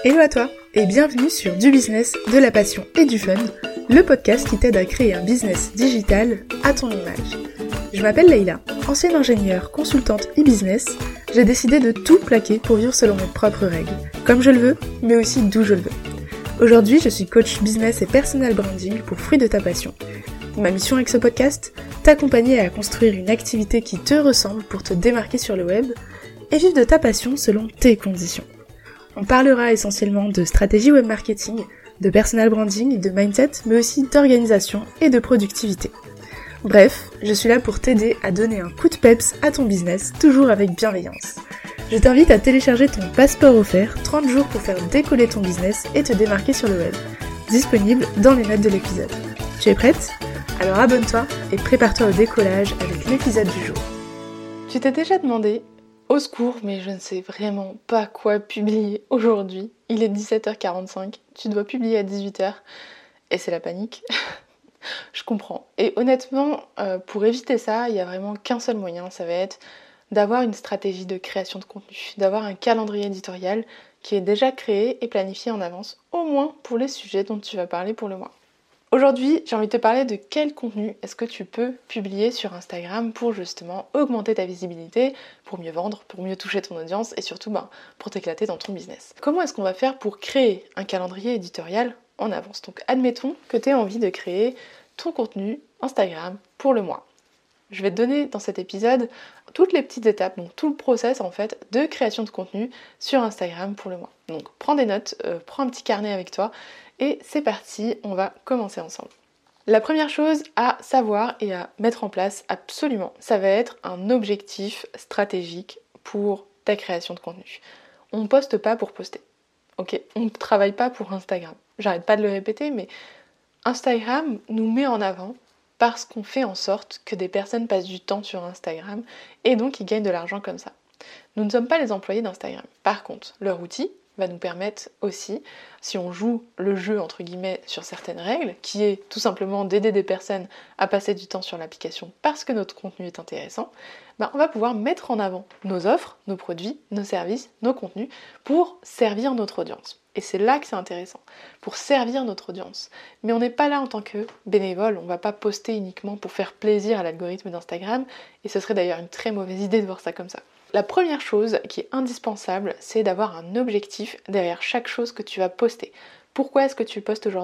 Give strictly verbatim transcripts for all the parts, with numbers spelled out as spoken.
Hello à toi et bienvenue sur Du business, de la passion et du fun, le podcast qui t'aide à créer un business digital à ton image. Je m'appelle Leïla, ancienne ingénieure, consultante e-business. J'ai décidé de tout plaquer pour vivre selon mes propres règles, comme je le veux, mais aussi d'où je le veux. Aujourd'hui, je suis coach business et personal branding pour Fruit de ta passion. Ma mission avec ce podcast, t'accompagner à construire une activité qui te ressemble pour te démarquer sur le web et vivre de ta passion selon tes conditions. On parlera essentiellement de stratégie web marketing, de personal branding, de mindset, mais aussi d'organisation et de productivité. Bref, je suis là pour t'aider à donner un coup de peps à ton business, toujours avec bienveillance. Je t'invite à télécharger ton passeport offert, trente jours pour faire décoller ton business et te démarquer sur le web. Disponible dans les notes de l'épisode. Tu es prête ? Alors abonne-toi et prépare-toi au décollage avec l'épisode du jour. Tu t'es déjà demandé au secours, mais je ne sais vraiment pas quoi publier aujourd'hui. Il est dix-sept heures quarante-cinq, tu dois publier à dix-huit heures et c'est la panique. Je comprends. Et honnêtement, euh, pour éviter ça, il n'y a vraiment qu'un seul moyen, ça va être d'avoir une stratégie de création de contenu, d'avoir un calendrier éditorial qui est déjà créé et planifié en avance, au moins pour les sujets dont tu vas parler pour le mois. Aujourd'hui, j'ai envie de te parler de quel contenu est-ce que tu peux publier sur Instagram pour justement augmenter ta visibilité, pour mieux vendre, pour mieux toucher ton audience et surtout ben, pour t'éclater dans ton business. Comment est-ce qu'on va faire pour créer un calendrier éditorial en avance? Donc admettons que tu aies envie de créer ton contenu Instagram pour le mois. Je vais te donner dans cet épisode toutes les petites étapes, donc tout le process en fait de création de contenu sur Instagram pour le mois. Donc prends des notes, euh, prends un petit carnet avec toi et c'est parti, on va commencer ensemble. La première chose à savoir et à mettre en place absolument, ça va être un objectif stratégique pour ta création de contenu. On ne poste pas pour poster, ok? On ne travaille pas pour Instagram. J'arrête pas de le répéter, mais Instagram nous met en avant parce qu'on fait en sorte que des personnes passent du temps sur Instagram et donc ils gagnent de l'argent comme ça. Nous ne sommes pas les employés d'Instagram. Par contre, leur outil va nous permettre aussi, si on joue le jeu entre guillemets sur certaines règles, qui est tout simplement d'aider des personnes à passer du temps sur l'application parce que notre contenu est intéressant, ben on va pouvoir mettre en avant nos offres, nos produits, nos services, nos contenus pour servir notre audience. Et c'est là que c'est intéressant, pour servir notre audience. Mais on n'est pas là en tant que bénévole, on ne va pas poster uniquement pour faire plaisir à l'algorithme d'Instagram, et ce serait d'ailleurs une très mauvaise idée de voir ça comme ça. La première chose qui est indispensable, c'est d'avoir un objectif derrière chaque chose que tu vas poster. Pourquoi est-ce que tu postes aujourd'hui ?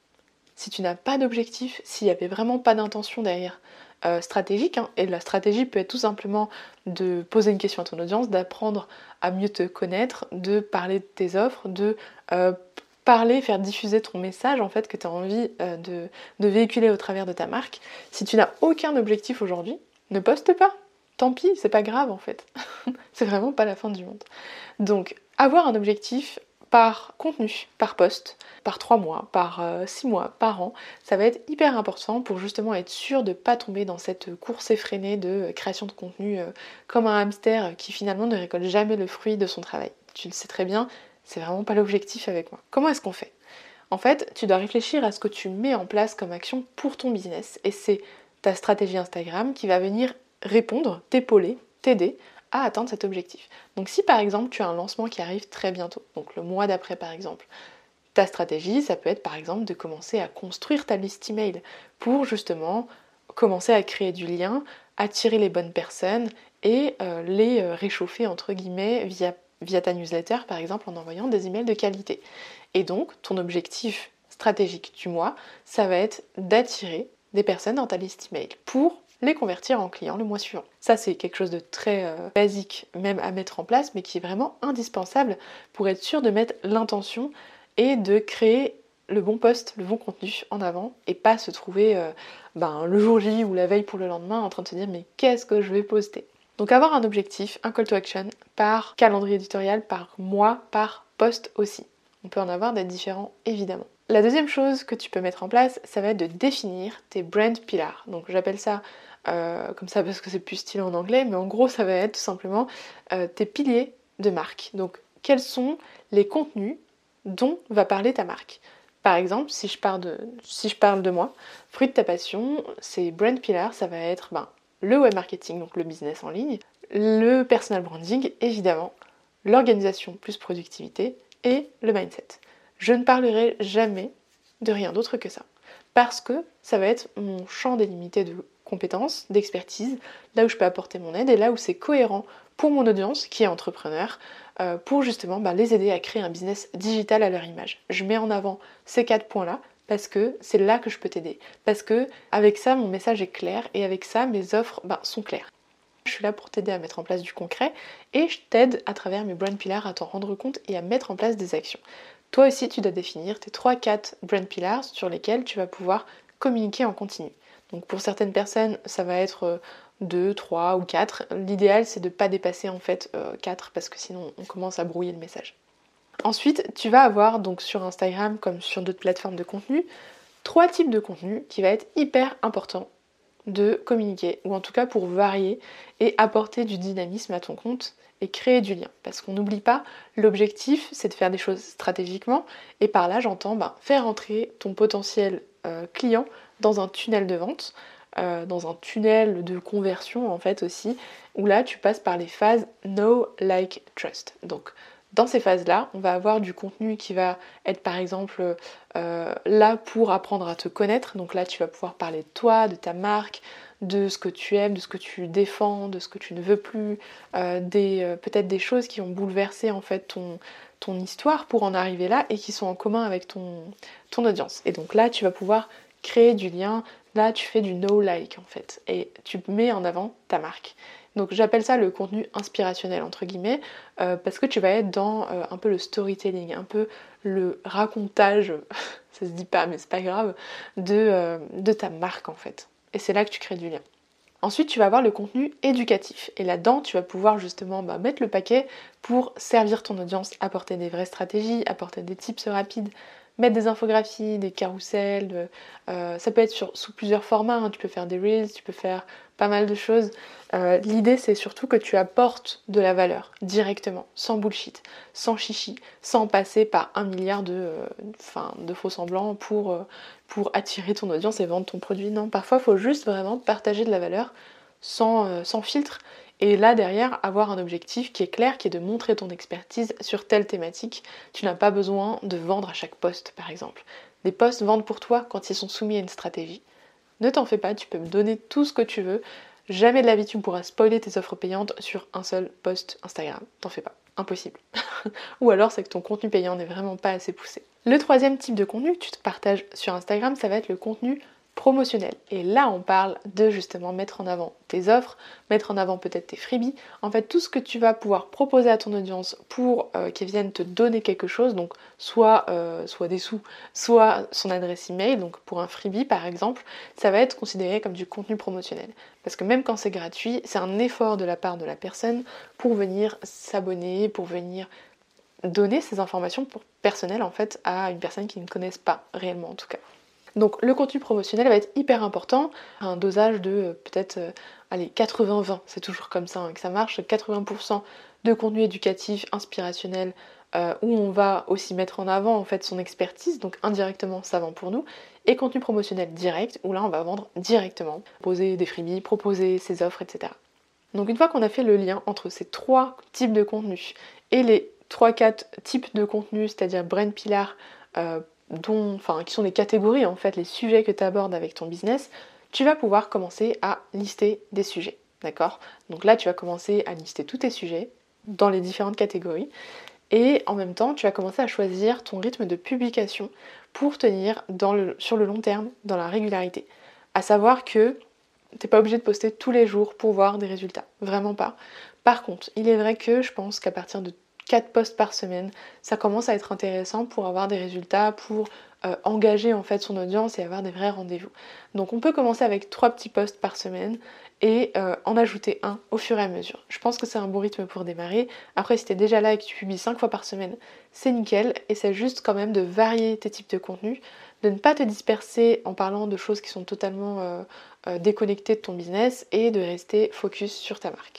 Si tu n'as pas d'objectif, s'il n'y avait vraiment pas d'intention derrière euh, stratégique, hein, et la stratégie peut être tout simplement de poser une question à ton audience, d'apprendre à mieux te connaître, de parler de tes offres, de euh, parler, faire diffuser ton message en fait que tu as envie euh, de, de véhiculer au travers de ta marque. Si tu n'as aucun objectif aujourd'hui, ne poste pas. Tant pis, c'est pas grave en fait. C'est vraiment pas la fin du monde. Donc, avoir un objectif par contenu, par post, par trois mois, par euh, six mois, par an, ça va être hyper important pour justement être sûr de ne pas tomber dans cette course effrénée de création de contenu euh, comme un hamster qui finalement ne récolte jamais le fruit de son travail. Tu le sais très bien, c'est vraiment pas l'objectif avec moi. Comment est-ce qu'on fait ? En fait, tu dois réfléchir à ce que tu mets en place comme action pour ton business et c'est ta stratégie Instagram qui va venir répondre, t'épauler, t'aider à atteindre cet objectif. Donc si par exemple tu as un lancement qui arrive très bientôt, donc le mois d'après par exemple, ta stratégie ça peut être par exemple de commencer à construire ta liste email pour justement commencer à créer du lien, attirer les bonnes personnes et euh, les euh, réchauffer entre guillemets via, via ta newsletter par exemple en envoyant des emails de qualité. Et donc ton objectif stratégique du mois, ça va être d'attirer des personnes dans ta liste email pour les convertir en clients le mois suivant. Ça, c'est quelque chose de très euh, basique même à mettre en place, mais qui est vraiment indispensable pour être sûr de mettre l'intention et de créer le bon post, le bon contenu en avant et pas se trouver euh, ben, le jour J ou la veille pour le lendemain en train de se dire mais qu'est-ce que je vais poster ? Donc avoir un objectif, un call to action par calendrier éditorial, par mois, par post aussi. On peut en avoir des différents évidemment. La deuxième chose que tu peux mettre en place, ça va être de définir tes brand pillars. Donc j'appelle ça euh, comme ça parce que c'est plus stylé en anglais, mais en gros ça va être tout simplement euh, tes piliers de marque. Donc quels sont les contenus dont va parler ta marque ? Par exemple, si je parle de, si je parle de moi, Fruit de ta passion, ces brand pillars, ça va être ben, le web marketing, donc le business en ligne, le personal branding évidemment, l'organisation plus productivité et le mindset. Je ne parlerai jamais de rien d'autre que ça. Parce que ça va être mon champ délimité de compétences, d'expertise, là où je peux apporter mon aide et là où c'est cohérent pour mon audience qui est entrepreneur, euh, pour justement bah, les aider à créer un business digital à leur image. Je mets en avant ces quatre points-là parce que c'est là que je peux t'aider. Parce que avec ça, mon message est clair et avec ça, mes offres bah, sont claires. Je suis là pour t'aider à mettre en place du concret et je t'aide à travers mes brand pillars à t'en rendre compte et à mettre en place des actions. Toi aussi, tu dois définir tes trois quatre brand pillars sur lesquels tu vas pouvoir communiquer en continu. Donc pour certaines personnes, ça va être deux, trois ou quatre. L'idéal, c'est de ne pas dépasser en fait quatre parce que sinon on commence à brouiller le message. Ensuite, tu vas avoir donc sur Instagram comme sur d'autres plateformes de contenu, trois types de contenu qui va être hyper important de communiquer, ou en tout cas pour varier et apporter du dynamisme à ton compte et créer du lien. Parce qu'on n'oublie pas, l'objectif c'est de faire des choses stratégiquement, et par là j'entends bah, faire entrer ton potentiel euh, client dans un tunnel de vente, euh, dans un tunnel de conversion en fait aussi, où là tu passes par les phases Know, Like, Trust. Donc dans ces phases-là, on va avoir du contenu qui va être par exemple euh, là pour apprendre à te connaître. Donc là, tu vas pouvoir parler de toi, de ta marque, de ce que tu aimes, de ce que tu défends, de ce que tu ne veux plus, euh, des, euh, peut-être des choses qui ont bouleversé en fait ton, ton histoire pour en arriver là et qui sont en commun avec ton, ton audience. Et donc là, tu vas pouvoir créer du lien. Là, tu fais du know-like en fait et tu mets en avant ta marque. Donc j'appelle ça le contenu inspirationnel entre guillemets euh, parce que tu vas être dans euh, un peu le storytelling, un peu le racontage, ça se dit pas mais c'est pas grave, de, euh, de ta marque en fait. Et c'est là que tu crées du lien. Ensuite tu vas avoir le contenu éducatif et là-dedans tu vas pouvoir justement bah, mettre le paquet pour servir ton audience, apporter des vraies stratégies, apporter des tips rapides, mettre des infographies, des carousels, euh, ça peut être sur, sous plusieurs formats, hein. Tu peux faire des reels, tu peux faire pas mal de choses. Euh, l'idée c'est surtout que tu apportes de la valeur directement, sans bullshit, sans chichi, sans passer par un milliard de, euh, enfin, de faux semblants pour, euh, pour attirer ton audience et vendre ton produit. Non, parfois il faut juste vraiment partager de la valeur sans, euh, sans filtre. Et là derrière, avoir un objectif qui est clair, qui est de montrer ton expertise sur telle thématique. Tu n'as pas besoin de vendre à chaque poste par exemple. Les posts vendent pour toi quand ils sont soumis à une stratégie. Ne t'en fais pas, tu peux me donner tout ce que tu veux. Jamais de la vie tu ne pourras spoiler tes offres payantes sur un seul post Instagram. T'en fais pas, impossible. Ou alors c'est que ton contenu payant n'est vraiment pas assez poussé. Le troisième type de contenu que tu te partages sur Instagram, ça va être le contenu promotionnel. Et là, on parle de justement mettre en avant tes offres, mettre en avant peut-être tes freebies, en fait tout ce que tu vas pouvoir proposer à ton audience pour euh, qu'ils viennent te donner quelque chose, donc soit, euh, soit des sous, soit son adresse email, donc pour un freebie par exemple, ça va être considéré comme du contenu promotionnel. Parce que même quand c'est gratuit, c'est un effort de la part de la personne pour venir s'abonner, pour venir donner ces informations pour personnelles en fait à une personne qui ne connaisse pas réellement en tout cas. Donc le contenu promotionnel va être hyper important, un dosage de euh, peut-être euh, allez, quatre-vingts vingt, c'est toujours comme ça hein, que ça marche, quatre-vingts pour cent de contenu éducatif, inspirationnel, euh, où on va aussi mettre en avant en fait son expertise, donc indirectement ça vend pour nous, et contenu promotionnel direct, où là on va vendre directement, proposer des freebies, proposer ses offres, et cetera. Donc une fois qu'on a fait le lien entre ces trois types de contenus et les trois quatre types de contenus, c'est-à-dire brand pillar, euh, dont, enfin, qui sont les catégories en fait, les sujets que tu abordes avec ton business, tu vas pouvoir commencer à lister des sujets, d'accord? Donc là, tu vas commencer à lister tous tes sujets dans les différentes catégories et en même temps, tu vas commencer à choisir ton rythme de publication pour tenir dans le, sur le long terme, dans la régularité. À savoir que t'es pas obligé de poster tous les jours pour voir des résultats, vraiment pas. Par contre, il est vrai que je pense qu'à partir de quatre posts par semaine, ça commence à être intéressant pour avoir des résultats, pour euh, engager en fait son audience et avoir des vrais rendez-vous. Donc on peut commencer avec trois petits posts par semaine et euh, en ajouter un au fur et à mesure. Je pense que c'est un bon rythme pour démarrer. Après si t'es déjà là et que tu publies cinq fois par semaine, c'est nickel et c'est juste quand même de varier tes types de contenus, de ne pas te disperser en parlant de choses qui sont totalement euh, euh, déconnectées de ton business et de rester focus sur ta marque.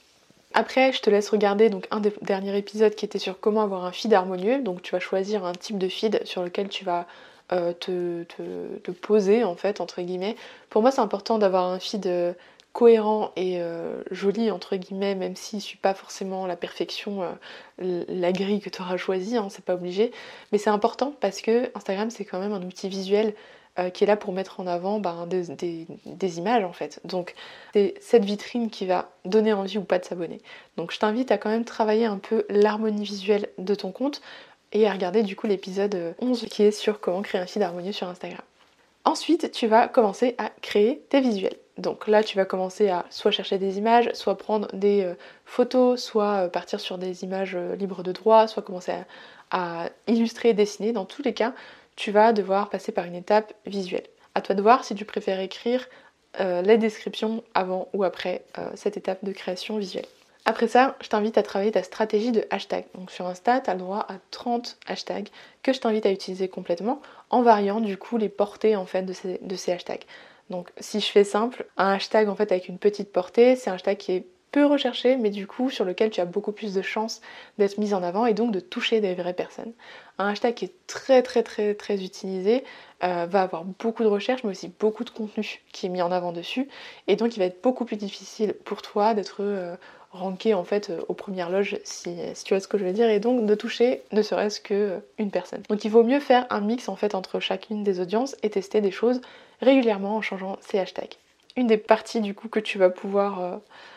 Après, je te laisse regarder donc un des derniers épisodes qui était sur comment avoir un feed harmonieux. Donc tu vas choisir un type de feed sur lequel tu vas euh, te, te, te poser en fait, entre guillemets. Pour moi, c'est important d'avoir un feed euh, cohérent et euh, joli entre guillemets, même s'il ne suit pas forcément la perfection, euh, la grille que tu auras choisie, hein, c'est pas obligé, mais c'est important parce que Instagram c'est quand même un outil visuel euh, qui est là pour mettre en avant ben, des, des, des images en fait. Donc c'est cette vitrine qui va donner envie ou pas de s'abonner. Donc je t'invite à quand même travailler un peu l'harmonie visuelle de ton compte et à regarder du coup l'épisode onze qui est sur comment créer un feed harmonieux sur Instagram. Ensuite, tu vas commencer à créer tes visuels. Donc là, tu vas commencer à soit chercher des images, soit prendre des euh, photos, soit euh, partir sur des images euh, libres de droit, soit commencer à, à illustrer et dessiner. Dans tous les cas, tu vas devoir passer par une étape visuelle. À toi de voir si tu préfères écrire euh, les descriptions avant ou après euh, cette étape de création visuelle. Après ça, je t'invite à travailler ta stratégie de hashtag. Donc sur Insta, tu as le droit à trente hashtags que je t'invite à utiliser complètement en variant du coup les portées en fait de ces, de ces hashtags. Donc si je fais simple, un hashtag en fait avec une petite portée, c'est un hashtag qui est peu recherché mais du coup sur lequel tu as beaucoup plus de chances d'être mis en avant et donc de toucher des vraies personnes. Un hashtag qui est très très très très utilisé euh, va avoir beaucoup de recherches mais aussi beaucoup de contenu qui est mis en avant dessus et donc il va être beaucoup plus difficile pour toi d'être euh, ranké en fait aux premières loges si, si tu vois ce que je veux dire et donc de toucher ne serait-ce qu'une personne. Donc il vaut mieux faire un mix en fait entre chacune des audiences et tester des choses régulièrement en changeant ces hashtags. Une des parties du coup que tu vas pouvoir euh,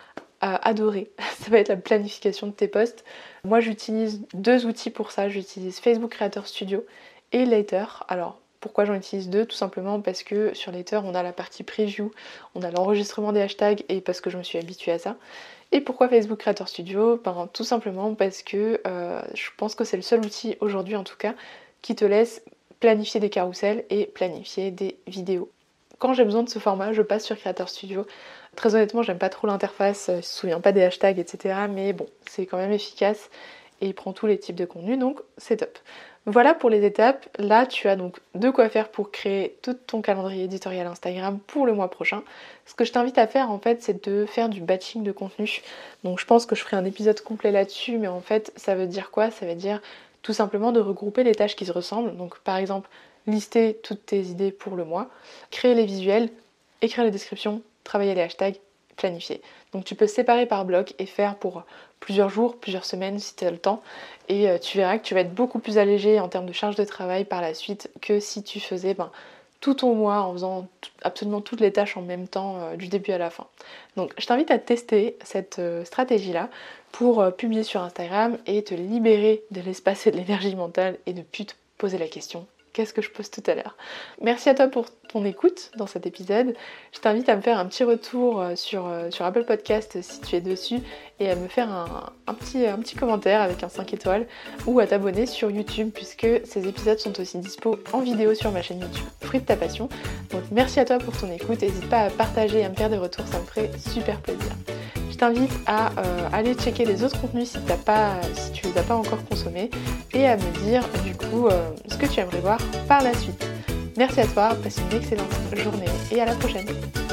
adorer, ça va être la planification de tes posts. Moi j'utilise deux outils pour ça, j'utilise Facebook Creator Studio et Later. Alors pourquoi j'en utilise deux? Tout simplement parce que sur Later on a la partie preview, on a l'enregistrement des hashtags et parce que je me suis habituée à ça. Et pourquoi Facebook Creator Studio? Ben, tout simplement parce que euh, je pense que c'est le seul outil aujourd'hui en tout cas qui te laisse planifier des carousels et planifier des vidéos. Quand j'ai besoin de ce format, je passe sur Creator Studio. Très honnêtement, j'aime pas trop l'interface, je me souviens pas des hashtags, et cetera. Mais bon, c'est quand même efficace et il prend tous les types de contenus, donc c'est top. Voilà pour les étapes. Là, tu as donc de quoi faire pour créer tout ton calendrier éditorial Instagram pour le mois prochain. Ce que je t'invite à faire, en fait, c'est de faire du batching de contenu. Donc, je pense que je ferai un épisode complet là-dessus, mais en fait, ça veut dire quoi? Ça veut dire tout simplement de regrouper les tâches qui se ressemblent. Donc, par exemple, lister toutes tes idées pour le mois, créer les visuels, écrire les descriptions, travailler les hashtags, planifier. Donc tu peux séparer par bloc et faire pour plusieurs jours, plusieurs semaines si tu as le temps et euh, tu verras que tu vas être beaucoup plus allégé en termes de charge de travail par la suite que si tu faisais ben, tout ton mois en faisant t- absolument toutes les tâches en même temps euh, du début à la fin. Donc je t'invite à tester cette euh, stratégie-là pour euh, publier sur Instagram et te libérer de l'espace et de l'énergie mentale et de plus te poser la question: qu'est-ce que je poste tout à l'heure? Merci à toi pour ton écoute dans cet épisode. Je t'invite à me faire un petit retour sur, sur Apple Podcast si tu es dessus et à me faire un, un, petit, un petit commentaire avec un cinq étoiles ou à t'abonner sur YouTube puisque ces épisodes sont aussi dispo en vidéo sur ma chaîne YouTube Fruit de ta passion. Donc merci à toi pour ton écoute. N'hésite pas à partager et à me faire des retours, ça me ferait super plaisir. Je t'invite à euh, aller checker les autres contenus si, t'as pas, si tu les as pas encore consommés et à me dire du coup euh, ce que tu aimerais voir par la suite. Merci à toi, passe une excellente journée et à la prochaine.